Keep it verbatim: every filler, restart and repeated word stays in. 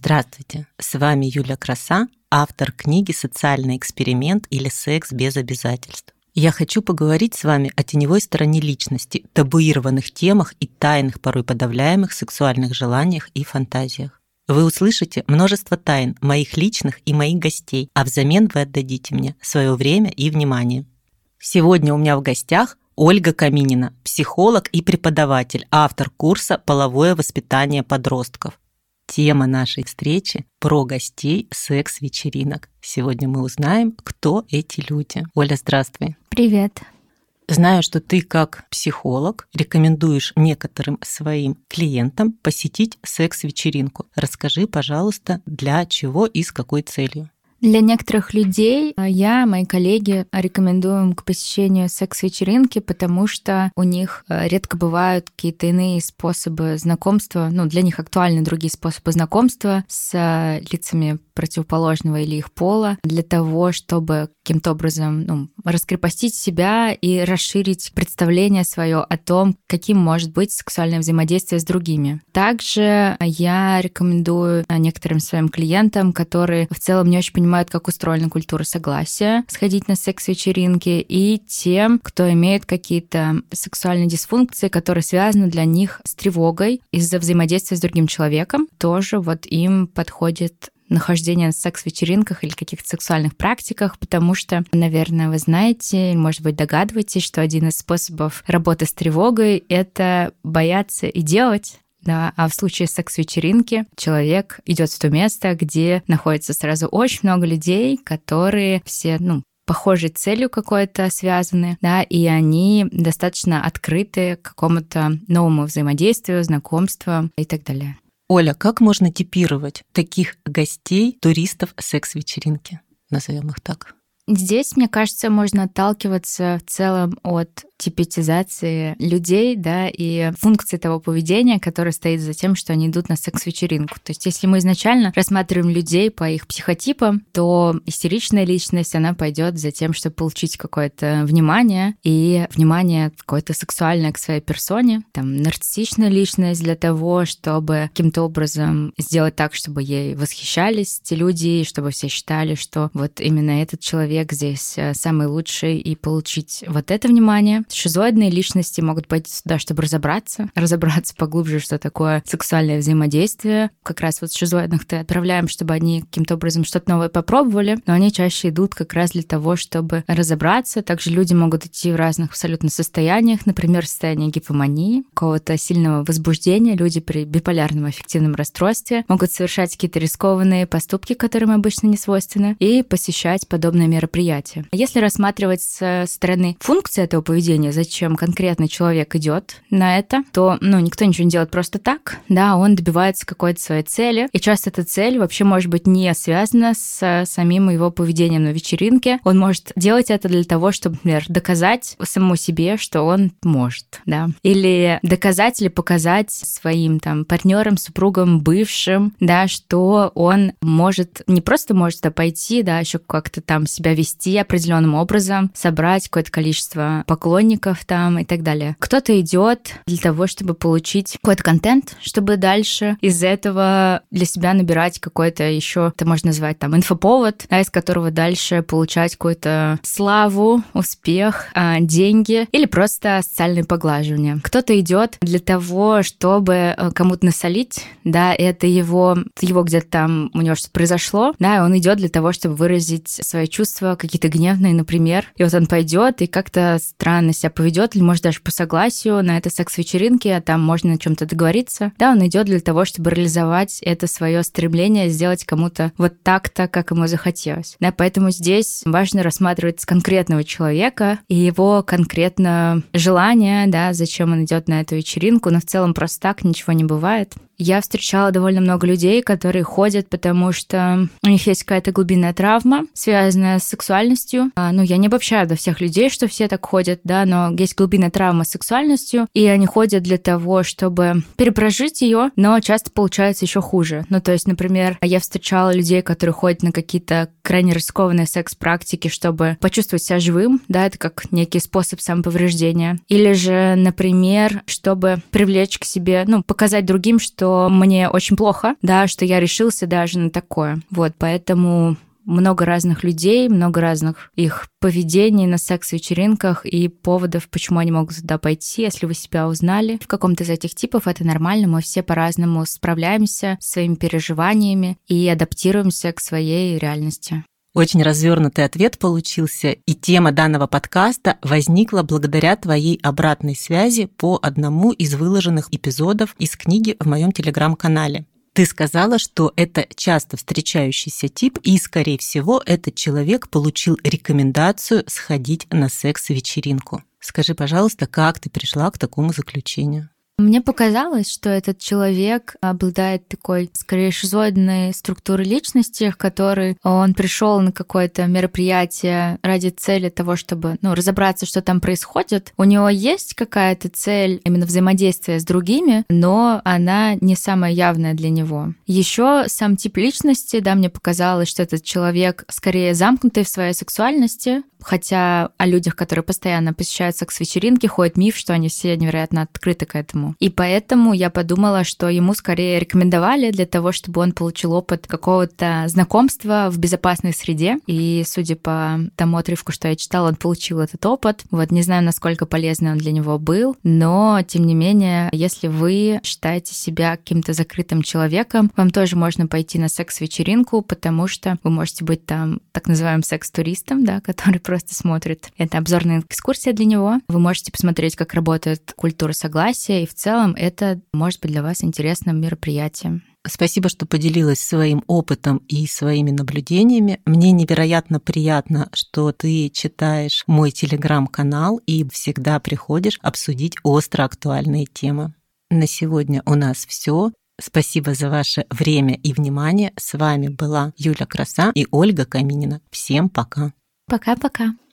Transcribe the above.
Здравствуйте, с вами Юля Краса, автор книги «Социальный эксперимент» или «Секс без обязательств». Я хочу поговорить с вами о теневой стороне личности, табуированных темах и тайных, порой подавляемых сексуальных желаниях и фантазиях. Вы услышите множество тайн моих личных и моих гостей, а взамен вы отдадите мне свое время и внимание. Сегодня у меня в гостях Ольга Каминина, психолог и преподаватель, автор курса «Половое воспитание подростков». Тема нашей встречи – про гостей секс-вечеринок. Сегодня мы узнаем, кто эти люди. Оля, здравствуй. Привет. Знаю, что ты как психолог рекомендуешь некоторым своим клиентам посетить секс-вечеринку. Расскажи, пожалуйста, для чего и с какой целью? Для некоторых людей я, мои коллеги рекомендуем к посещению секс-вечеринки, потому что у них редко бывают какие-то иные способы знакомства, ну, для них актуальны другие способы знакомства с лицами противоположного или их пола, для того, чтобы каким-то образом ну, раскрепостить себя и расширить представление свое о том, каким может быть сексуальное взаимодействие с другими. Также я рекомендую некоторым своим клиентам, которые в целом не очень понимают, как устроена культура согласия, сходить на секс-вечеринки, и тем, кто имеет какие-то сексуальные дисфункции, которые связаны для них с тревогой из-за взаимодействия с другим человеком, тоже вот им подходит нахождение на секс-вечеринках или каких-то сексуальных практиках, потому что, наверное, вы знаете, может быть, догадываетесь, что один из способов работы с тревогой — это бояться и делать. Да, а в случае секс-вечеринки человек идет в то место, где находится сразу очень много людей, которые все, ну, похожей целью какой-то связаны, да, и они достаточно открыты к какому-то новому взаимодействию, знакомству и так далее. Оля, как можно типировать таких гостей, туристов секс-вечеринки? Назовем их так. Здесь, мне кажется, можно отталкиваться в целом от типетизации людей, да, и функции того поведения, которое стоит за тем, что они идут на секс-вечеринку. То есть если мы изначально рассматриваем людей по их психотипам, то истеричная личность, она пойдет за тем, чтобы получить какое-то внимание, и внимание какое-то сексуальное к своей персоне. Там нарциссичная личность для того, чтобы каким-то образом сделать так, чтобы ей восхищались те люди, чтобы все считали, что вот именно этот человек здесь самый лучший, и получить вот это внимание. Шизоидные личности могут пойти сюда, чтобы разобраться, разобраться поглубже, что такое сексуальное взаимодействие. Как раз вот шизоидных-то отправляем, чтобы они каким-то образом что-то новое попробовали, но они чаще идут как раз для того, чтобы разобраться. Также люди могут идти в разных абсолютно состояниях, например, состояние гипомании, какого-то сильного возбуждения. Люди при биполярном аффективном расстройстве могут совершать какие-то рискованные поступки, которые им обычно не свойственны, и посещать подобные мероприятия. Если рассматривать со стороны функции этого поведения, зачем конкретно человек идет на это, то, ну, никто ничего не делает просто так, да, он добивается какой-то своей цели, и часто эта цель вообще может быть не связана с самим его поведением на вечеринке. Он может делать это для того, чтобы, например, доказать самому себе, что он может, да, или доказать или показать своим там партнерам, супругам, бывшим, да, что он может, не просто может туда пойти, да, еще как-то там себя вести определенным образом, собрать какое-то количество поклонников там и так далее. Кто-то идет для того, чтобы получить какой-то контент, чтобы дальше из этого для себя набирать какой-то еще, это можно назвать там инфоповод, да, из которого дальше получать какую-то славу, успех, деньги или просто социальное поглаживание. Кто-то идет для того, чтобы кому-то насолить, да, это его, его где-то там у него что-то произошло, да, и он идет для того, чтобы выразить свои чувства, какие-то гневные, например, и вот он пойдет и как-то странно себя поведет, или, может, даже по согласию на этой секс-вечеринке, а там можно на чем-то договориться. Да, он идет для того, чтобы реализовать это свое стремление сделать кому-то вот так-то, как ему захотелось. Да, поэтому здесь важно рассматривать конкретного человека и его конкретно желание, да, зачем он идет на эту вечеринку, но в целом просто так ничего не бывает. Я встречала довольно много людей, которые ходят, потому что у них есть какая-то глубинная травма, связанная с сексуальностью. А, ну, я не обобщаю до всех людей, что все так ходят, да, но есть глубинная травма с сексуальностью, и они ходят для того, чтобы перепрожить ее, но часто получается еще хуже. Ну, то есть, например, я встречала людей, которые ходят на какие-то крайне рискованные секс-практики, чтобы почувствовать себя живым, да, это как некий способ самоповреждения. Или же, например, чтобы привлечь к себе, ну, показать другим, что что мне очень плохо, да, что я решился даже на такое. Вот, поэтому много разных людей, много разных их поведений на секс-вечеринках и поводов, почему они могут туда пойти. Если вы себя узнали в каком-то из этих типов, это нормально, мы все по-разному справляемся с своими переживаниями и адаптируемся к своей реальности. Очень развернутый ответ получился, и тема данного подкаста возникла благодаря твоей обратной связи по одному из выложенных эпизодов из книги в моем телеграм-канале. Ты сказала, что это часто встречающийся тип, и, скорее всего, этот человек получил рекомендацию сходить на секс-вечеринку. Скажи, пожалуйста, как ты пришла к такому заключению? Мне показалось, что этот человек обладает такой, скорее, шизоидной структурой личности, в которой он пришел на какое-то мероприятие ради цели того, чтобы, ну, разобраться, что там происходит. У него есть какая-то цель именно взаимодействия с другими, но она не самая явная для него. Еще сам тип личности, да, мне показалось, что этот человек скорее замкнутый в своей сексуальности, хотя о людях, которые постоянно посещают секс-вечеринки, ходит миф, что они все невероятно открыты к этому. И поэтому я подумала, что ему скорее рекомендовали для того, чтобы он получил опыт какого-то знакомства в безопасной среде. И судя по тому отрывку, что я читала, он получил этот опыт. Вот не знаю, насколько полезный он для него был, но тем не менее, если вы считаете себя каким-то закрытым человеком, вам тоже можно пойти на секс-вечеринку, потому что вы можете быть там так называемым секс-туристом, да, который просто смотрит. Это обзорная экскурсия для него. Вы можете посмотреть, как работает культура согласия, и в целом это может быть для вас интересным мероприятием. Спасибо, что поделилась своим опытом и своими наблюдениями. Мне невероятно приятно, что ты читаешь мой телеграм-канал и всегда приходишь обсудить остро актуальные темы. На сегодня у нас все. Спасибо за ваше время и внимание. С вами была Юля Краса и Ольга Каминина. Всем пока. Пока-пока.